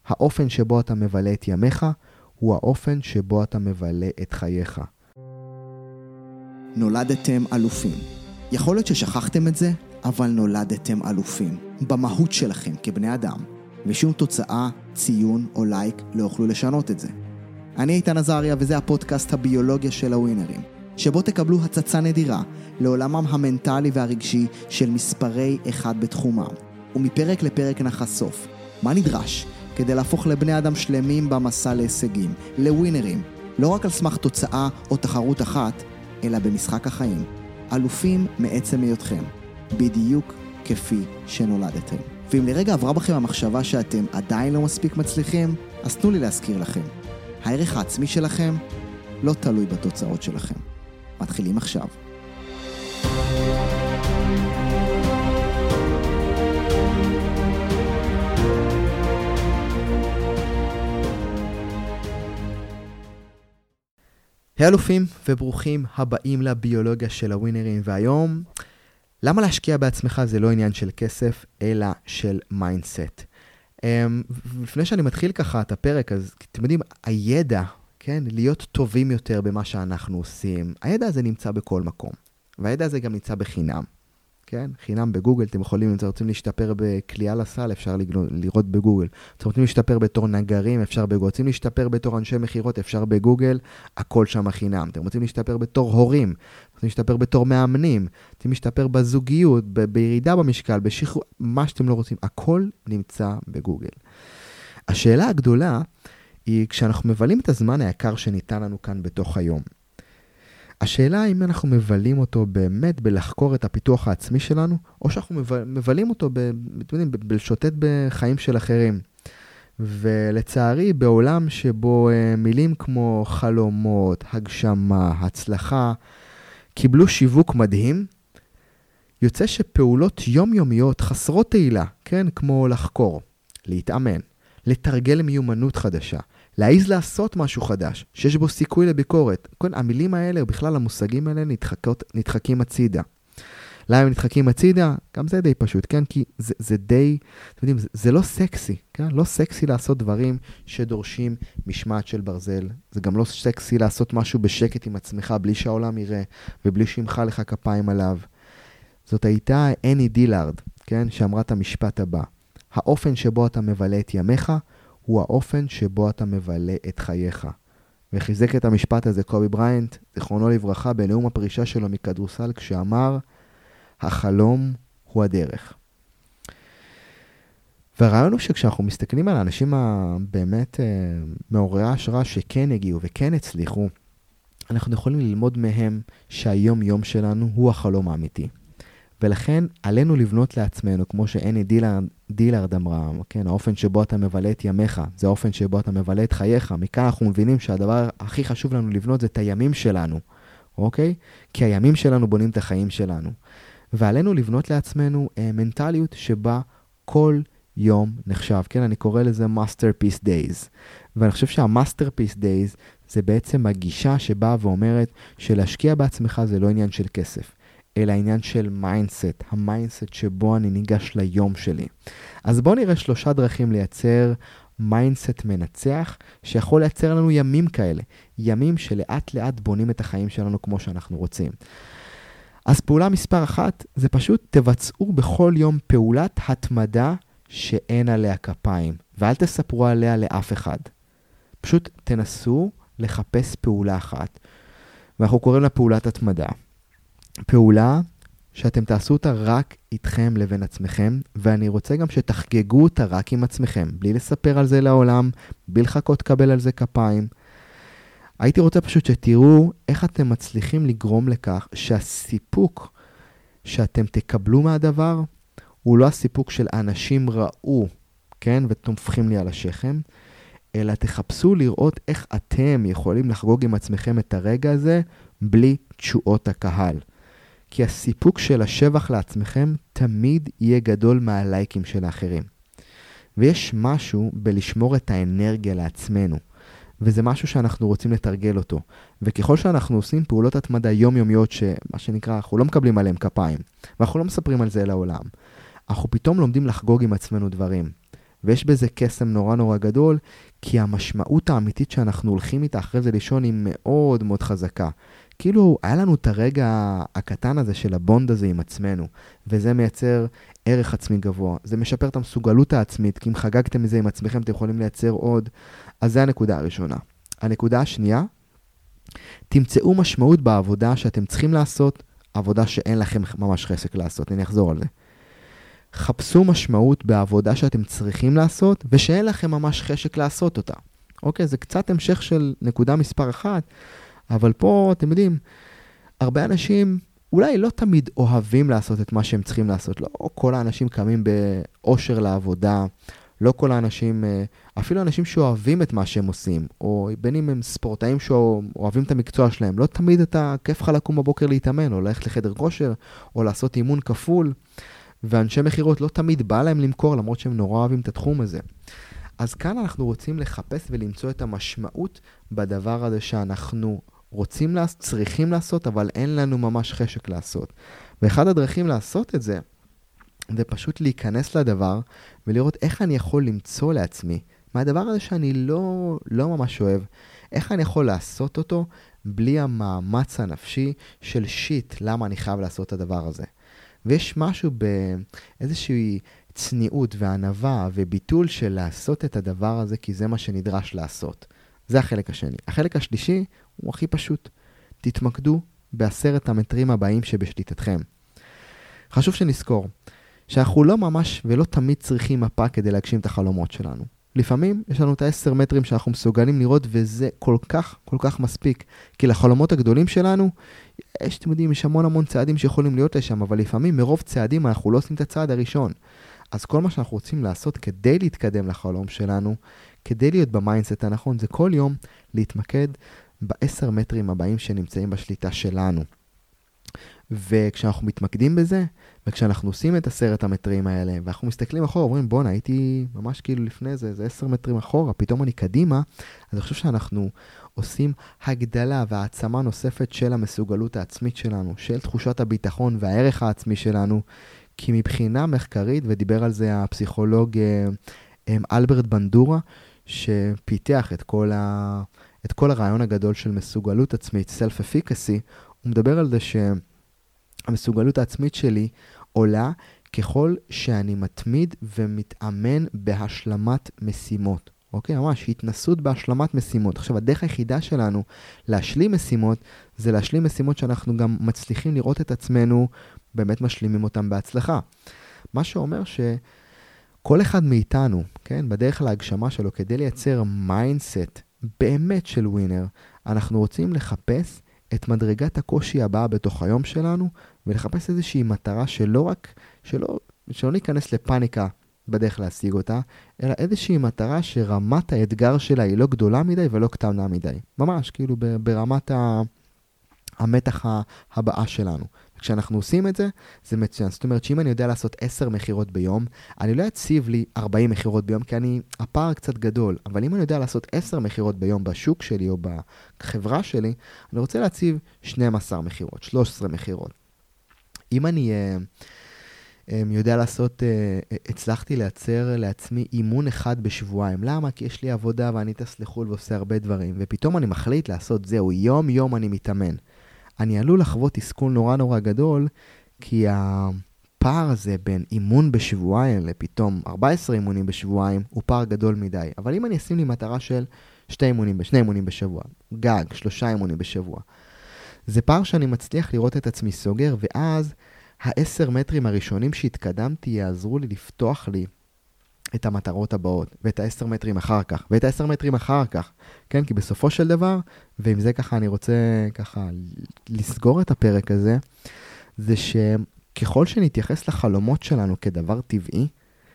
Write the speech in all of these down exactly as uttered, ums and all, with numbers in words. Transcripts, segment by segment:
האופן שבו אתה מבלה את ימיך, הוא האופן שבו אתה מבלה את חייך. נולדתם אלופים. יכול להיות ששכחתם את זה, אבל נולדתם אלופים. במהות שלכם כבני אדם. ושום תוצאה, ציון או לייק לא יוכלו לשנות את זה. אני איתן עזריה וזה הפודקאסט הביולוגיה של הווינרים, שבו תקבלו הצצה נדירה לעולמם המנטלי והרגשי של מספרי אחד בתחומם. ומפרק לפרק נחשוף מה נדרש כדי להפוך לבני אדם שלמים במסע להישגים, לווינרים, לא רק על סמך תוצאה או תחרות אחת, אלא במשחק החיים. אלופים מעצם היותכם, בדיוק כפי שנולדתם. ואם לרגע עברה בכם המחשבה שאתם עדיין לא מספיק מצליחים, אז תנו לי להזכיר לכם. הערך העצמי שלכם לא תלוי בתוצאות שלכם. מתחילים עכשיו. היי אלופים וברוכים הבאים לביולוגיה של הווינרים, והיום למה להשקיע בעצמך זה לא עניין של כסף אלא של מיינדסט. לפני שאני מתחיל ככה את הפרק, אז אתם יודעים, הידע, כן, להיות טובים יותר במה שאנחנו עושים, הידע הזה נמצא בכל מקום, והידע הזה גם נמצא בחינם, כן, חינם בגוגל. אתם יכולים, אם אתם רוצים להשתפר בקליעה לסל, אפשר לראות בגוגל. אתם רוצים להשתפר בתור נגרים, אפשר בגוגל. רוצים להשתפר בתור אנשי מחירות, אפשר בגוגל, הכל שם חינם. אתם רוצים להשתפר בתור הורים, רוצים להשתפר בתור מאמנים, רוצים להשתפר בזוגיות, ב- בירידה במשקל, בשחרור, מה שאתם לא רוצים, הכל נמצא בגוגל. השאלה הגדולה היא, כשאנחנו מבלים את הזמן היקר שניתן לנו כאן בתוך היום, השאלה האם אנחנו מבלים אותו באמת בלחקור את הפיתוח העצמי שלנו, או שאנחנו מבלים אותו ב, ב, בלשוטט בחיים של אחרים. ולצערי, בעולם שבו מילים כמו חלומות, הגשמה, הצלחה, קיבלו שיווק מדהים, יוצא שפעולות יומיומיות חסרות תהילה, כן, כמו לחקור, להתאמן, לתרגל מיומנות חדשה, להעיז לעשות משהו חדש, שיש בו סיכוי לביקורת. כל המילים האלה, או בכלל המושגים האלה, נדחקות, נדחקים הצידה. למה הם נדחקים הצידה? גם זה די פשוט, כן? כי זה, זה די, אתם יודעים, זה, זה לא סקסי, כן? לא סקסי לעשות דברים שדורשים משמעת של ברזל. זה גם לא סקסי לעשות משהו בשקט עם עצמך, בלי שהעולם יראה, ובלי שימחא לך כפיים עליו. זאת הייתה אני דילארד, כן? שאמרה את המשפט הבא. האופן שבו אתה מבלה את ימיך, הוא האופן שבו אתה מבלה את חייך. וחיזק את המשפט הזה קובי בריינט, זיכרונו לברכה, בנאום הפרישה שלו מכדורסל, כשאמר, החלום הוא הדרך. והרעיון הוא שכשאנחנו מסתכלים על האנשים הבאמת מעוררי ההשראה שכן הגיעו וכן הצליחו, אנחנו יכולים ללמוד מהם שהיום יום שלנו הוא החלום האמיתי. ולכן עלינו לבנות לעצמנו, כמו שאני דילארד, דילארד אמרה, כן, האופן שבו אתה מבלה את ימיך, זה האופן שבו אתה מבלה את חייך. מכאן אנחנו מבינים שהדבר הכי חשוב לנו לבנות זה את הימים שלנו, אוקיי? כי הימים שלנו בונים את החיים שלנו. ועלינו לבנות לעצמנו אה, מנטליות שבה כל יום נחשב, כן, אני קורא לזה masterpiece days. ואני חושב שה-masterpiece days זה בעצם הגישה שבאה ואומרת שלהשקיע בעצמך זה לא עניין של כסף, אלא העניין של מיינדסט, המיינדסט שבו אני ניגש ליום שלי. אז בואו נראה שלושה דרכים לייצר מיינדסט מנצח, שיכול לייצר לנו ימים כאלה, ימים שלאט לאט בונים את החיים שלנו כמו שאנחנו רוצים. אז פעולה מספר אחת, זה פשוט תבצעו בכל יום פעולת התמדה שאין עליה כפיים, ואל תספרו עליה לאף אחד. פשוט תנסו לחפש פעולה אחת, ואנחנו קוראים לה פעולת התמדה. פעולה שאתם תעשו אותה רק איתכם לבין עצמכם, ואני רוצה גם שתחגגו אותה רק עם עצמכם, בלי לספר על זה לעולם, בלי לחכות קבל על זה כפיים. הייתי רוצה פשוט שתראו איך אתם מצליחים לגרום לכך שהסיפוק שאתם תקבלו מהדבר, הוא לא הסיפוק של אנשים ראו, כן, ותומפכים לי על השכם, אלא תחפשו לראות איך אתם יכולים לחגוג עם עצמכם את הרגע הזה, בלי תשואות הקהל. כי הסיפוק של השבח לעצמכם תמיד יהיה גדול מהלייקים של האחרים. ויש משהו בלשמור את האנרגיה לעצמנו, וזה משהו שאנחנו רוצים לתרגל אותו. וככל שאנחנו עושים פעולות התמדה יומיומיות, שמה שנקרא, אנחנו לא מקבלים עליהם כפיים, ואנחנו לא מספרים על זה לעולם, אנחנו פתאום לומדים לחגוג עם עצמנו דברים. ויש בזה קסם נורא נורא גדול, כי המשמעות האמיתית שאנחנו הולכים איתה אחרי זה לישון היא מאוד מאוד חזקה. כאילו, היה לנו את הרגע הקטן הזה של הבונד הזה עם עצמנו, וזה מייצר ערך עצמי גבוה. זה משפר את המסוגלות העצמית, כי אם חגגתם מזה עם עצמכם, אתם יכולים לייצר עוד. אז זה הנקודה הראשונה. הנקודה השנייה, תמצאו משמעות בעבודה שאתם צריכים לעשות, עבודה שאין לכם ממש חסק לעשות. אני אחזור על זה. חפשו משמעות בעבודה שאתם צריכים לעשות, ושאין לכם ממש חשק לעשות אותה. אוקיי, זה קצת המשך של נקודה מספר אחת, אבל פה, אתם יודעים, הרבה אנשים אולי לא תמיד אוהבים לעשות את מה שהם צריכים לעשות. לא כל האנשים קמים באושר לעבודה, לא כל האנשים, אפילו אנשים שאוהבים את מה שהם עושים, או בין אם הם ספורטאים שאוהבים את המקצוע שלהם, לא תמיד אתה כיף לך לקום בבוקר להתאמן, או ללכת לחדר כושר, או לעשות אימון כפול, ואנשי מחירות לא תמיד בא להם למכור, למרות שהם נורא אוהבים את התחום הזה. אז כאן אנחנו רוצים לחפש ולמצוא את המשמעות בדבר הזה שאנחנו רוצים לעשות, צריכים לעשות, אבל אין לנו ממש חשק לעשות. ואחד הדרכים לעשות את זה, זה פשוט להיכנס לדבר ולראות איך אני יכול למצוא לעצמי מהדבר הזה שאני לא, לא ממש אוהב, איך אני יכול לעשות אותו בלי המאמץ הנפשי של שיט, למה אני חייב לעשות את הדבר הזה. ויש משהו באיזושהי צניעות וענווה וביטול של לעשות את הדבר הזה, כי זה מה שנדרש לעשות. זה החלק השני. החלק השלישי הוא הכי פשוט. תתמקדו בעשרת המטרים הבאים שבשליטתכם. חשוב שנזכור שאנחנו לא ממש ולא תמיד צריכים מפה כדי להגשים את החלומות שלנו. לפעמים יש לנו את העשר מטרים שאנחנו מסוגלים לראות, וזה כל כך, כל כך מספיק. כי לחלומות הגדולים שלנו, יש, אתם יודעים, יש המון המון צעדים שיכולים להיות לשם, אבל לפעמים מרוב צעדים אנחנו לא עושים את הצעד הראשון. אז כל מה שאנחנו רוצים לעשות כדי להתקדם לחלום שלנו, כדי להיות במיינדסט הנכון, זה כל יום להתמקד בעשר מטרים הבאים שנמצאים בשליטה שלנו. וכשאנחנו מתמקדים בזה, וכשאנחנו עושים את עשרת המטרים האלה, ואנחנו מסתכלים אחורה, אומרים, בוא, הייתי ממש כאילו לפני זה, זה עשר מטרים אחורה, פתאום אני קדימה, אז אני חושב שאנחנו עושים הגדלה והעצמה נוספת של המסוגלות העצמית שלנו, של תחושת הביטחון והערך העצמי שלנו, כי מבחינה מחקרית, ודיבר על זה הפסיכולוג אלברט בנדורה, שפיתח את כל, ה... את כל הרעיון הגדול של מסוגלות עצמית, self-efficacy, הוא מדבר על זה שהמסוגלות העצמית שלי עולה ככל שאני מתמיד ומתאמן בהשלמת משימות. אוקיי? ממש, התנסות בהשלמת משימות. עכשיו, הדרך היחידה שלנו להשלים משימות, זה להשלים משימות שאנחנו גם מצליחים לראות את עצמנו, באמת משלימים אותם בהצלחה. מה שאומר שכל אחד מאיתנו, כן, בדרך להגשמה שלו, כדי לייצר מיינדסט באמת של ווינר, אנחנו רוצים לחפש את מדרגת הקושי הבאה בתוך היום שלנו, ולחפש איזושהי מטרה שלא רק, שלא, שלא ניכנס לפאניקה בדרך להשיג אותה, אלא איזושהי מטרה שרמת האתגר שלה היא לא גדולה מדי ולא קטנה מדי. ממש, כאילו ברמת ה... המתח הבאה שלנו. כשאנחנו עושים את זה, זה מצוין. זאת אומרת שאם אני יודע לעשות עשר מחירות ביום, אני לא אציב לי ארבעים מחירות ביום, כי אני, הפער קצת גדול. אבל אם אני יודע לעשות עשר מחירות ביום בשוק שלי או בחברה שלי, אני רוצה להציב שתים עשרה מחירות, שלוש עשרה מחירות. אם אני uh, um, יודע לעשות, uh, הצלחתי לייצר לעצמי אימון אחד בשבועיים. למה? כי יש לי עבודה ואני טס לחול ועושה הרבה דברים, ופתאום אני מחליט לעשות זהו, יום יום אני מתאמן. אני עלול לחוות תסכול נורא נורא גדול, כי הפער הזה בין אימון בשבועיים לפתאום ארבעה עשר אימונים בשבועיים, הוא פער גדול מדי. אבל אם אני אשים לי מטרה של שתי אימונים, שני אימונים בשבוע, גג, שלושה אימונים בשבוע, זה פער שאני מצליח לראות את עצמי סוגר, ואז העשר מטרים הראשונים שהתקדמתי יעזרו לי לפתוח לי את המטרות הבאות, ואת העשר מטרים אחר כך, ואת העשר מטרים אחר כך, כן? כי בסופו של דבר, ועם זה ככה אני רוצה ככה לסגור את הפרק הזה, זה שככל שנתייחס לחלומות שלנו כדבר טבעי,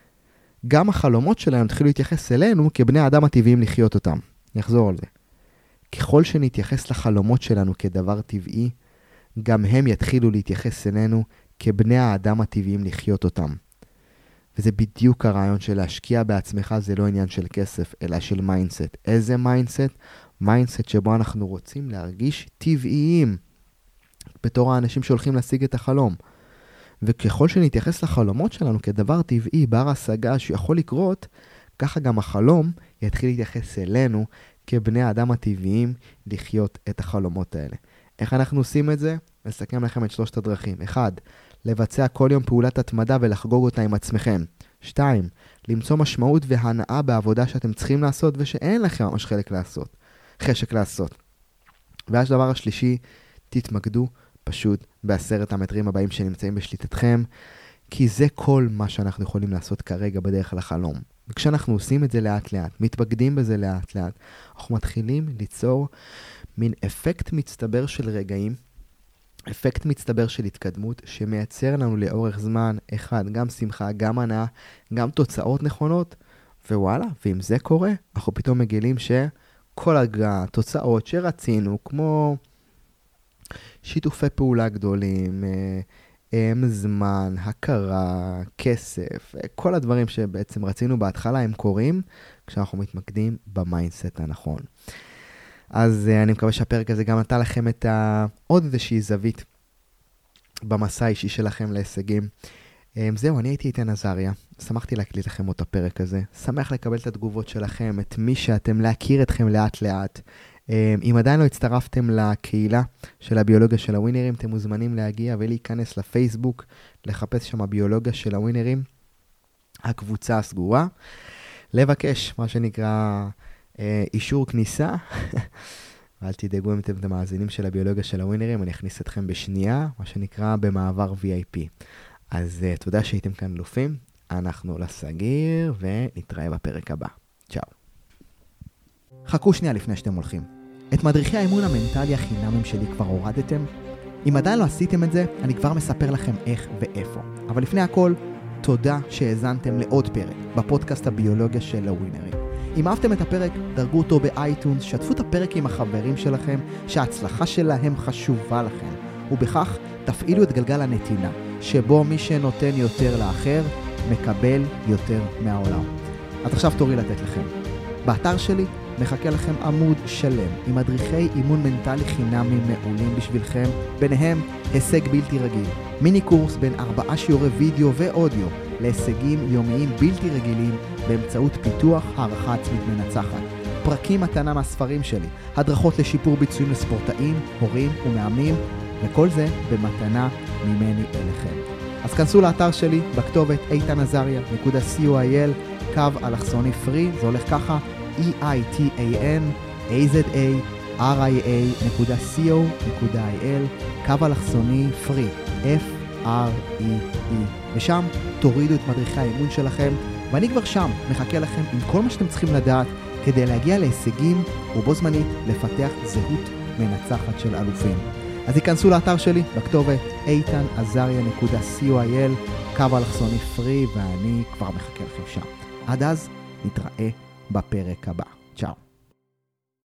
גם החלומות שלנו התחילו להתייחס אלינו כבני האדם הטבעיים לחיות אותם. נחזור על זה. ככל שנתייחס לחלומות שלנו כדבר טבעי, גם הם יתחילו להתייחס אלינו כבני האדם הטבעיים לחיות אותם. וזה בדיוק הרעיון של להשקיע בעצמך, זה לא עניין של כסף, אלא של מיינדסט. איזה מיינדסט? מיינדסט שבו אנחנו רוצים להרגיש טבעיים, בתור האנשים שהולכים להשיג את החלום. וככל שנתייחס לחלומות שלנו כדבר טבעי, בר השגה שיכול לקרות, ככה גם החלום יתחיל להתייחס אלינו כבני האדם הטבעיים לחיות את החלומות האלה. איך אנחנו עושים את זה? נסכם לכם את שלושת הדרכים. אחד, לבצע כל יום פעולת התמדה ולחגוג אותה עם עצמכם. שתיים, למצוא משמעות והנאה בעבודה שאתם צריכים לעשות ושאין לכם ממש חלק לעשות, חשק לעשות. והדבר השלישי, תתמקדו פשוט בעשרת המטרים הבאים שנמצאים בשליטתכם, כי זה כל מה שאנחנו יכולים לעשות כרגע בדרך לחלום. וכשאנחנו עושים את זה לאט לאט, מתמקדים בזה לאט לאט, אנחנו מתחילים ליצור מין אפקט מצטבר של רגעים, אפקט מצטבר של התקדמות, שמייצר לנו לאורך זמן, אחד, גם שמחה, גם הנאה, גם תוצאות נכונות, ווואלה, ואם זה קורה, אנחנו פתאום מגלים שכל התוצאות שרצינו, כמו שיתופי פעולה גדולים, זמן, הכרה, כסף, כל הדברים שבעצם רצינו בהתחלה הם קורים, כשאנחנו מתמקדים במיינדסט הנכון. אז אני מקווה שהפרק הזה גם נתן לכם את ה... עוד איזושהי זווית במסע האישי שלכם להישגים. זהו, אני הייתי איתן עזריה, שמחתי להקליט לכם את הפרק הזה, שמח לקבל את התגובות שלכם, את מי שאתם, להכיר אתכם לאט לאט. אם עדיין לא הצטרפתם לקהילה של הביולוגיה של הווינרים, אתם מוזמנים להגיע ולהיכנס לפייסבוק, לחפש שם הביולוגיה של הווינרים, הקבוצה הסגורה, לבקש מה שנקרא אישור כניסה, ואל תדאגו אם אתם המאזינים של הביולוגיה של הווינרים, אני אכניס אתכם בשנייה, מה שנקרא במעבר וי איי פי. אז uh, תודה שהייתם כאן אלופים, אנחנו לסגיר ונתראה בפרק הבא. צ'או. חכו שנייה לפני שאתם הולכים. את מדריכי האימון המנטלי החינמים שלי כבר הורדתם? אם עדיין לא עשיתם את זה, אני כבר מספר לכם איך ואיפה. אבל לפני הכל, תודה שהאזנתם לעוד פרק בפודקאסט הביולוגיה של הווינרים. אם אהבתם את הפרק, דרגו אותו באייטונס, שתפו את הפרק עם החברים שלכם, שההצלחה שלהם חשובה לכם, ובכך תפעילו את גלגל הנתינה, שבו מי שנותן יותר לאחר, מקבל יותר מהעולם. אז עכשיו תורי לתת לכם. באתר שלי מחכה לכם עמוד שלם, עם מדריכי אימון מנטלי חינמים מעולים בשבילכם, ביניהם הישג בלתי רגיל, מיני קורס בין ארבעה שיעורי וידאו ואודיו, להישגים יומיים בלתי רגילים, באמצעות פיתוח הערכה עצמית מנצחת. פרקים מתנה מהספרים שלי, הדרכות לשיפור ביצועים לספורטאים, הורים ומאמנים, וכל זה במתנה ממני אליכם. אז כנסו לאתר שלי בכתובת איתן עזריה נקודה סי או איי אל, קו אלכסוני פרי, זה הולך ככה, אי איי טי איי אן איי זד איי אר איי איי נקודה סי או נקודה איי אל, קו אלכסוני פרי, אף אר אי אי. ושם תורידו את מדריכי האימון שלכם, ואני כבר שם מחכה לכם עם כל מה שאתם צריכים לדעת, כדי להגיע להישגים ובו זמנית לפתח זהות מנצחת של אלופים. אז היכנסו לאתר שלי בכתובת איתן עזריה נקודה סי או איי אל, קו אלכסוני פרי, ואני כבר מחכה לכם שם. עד אז נתראה בפרק הבא. צ'או.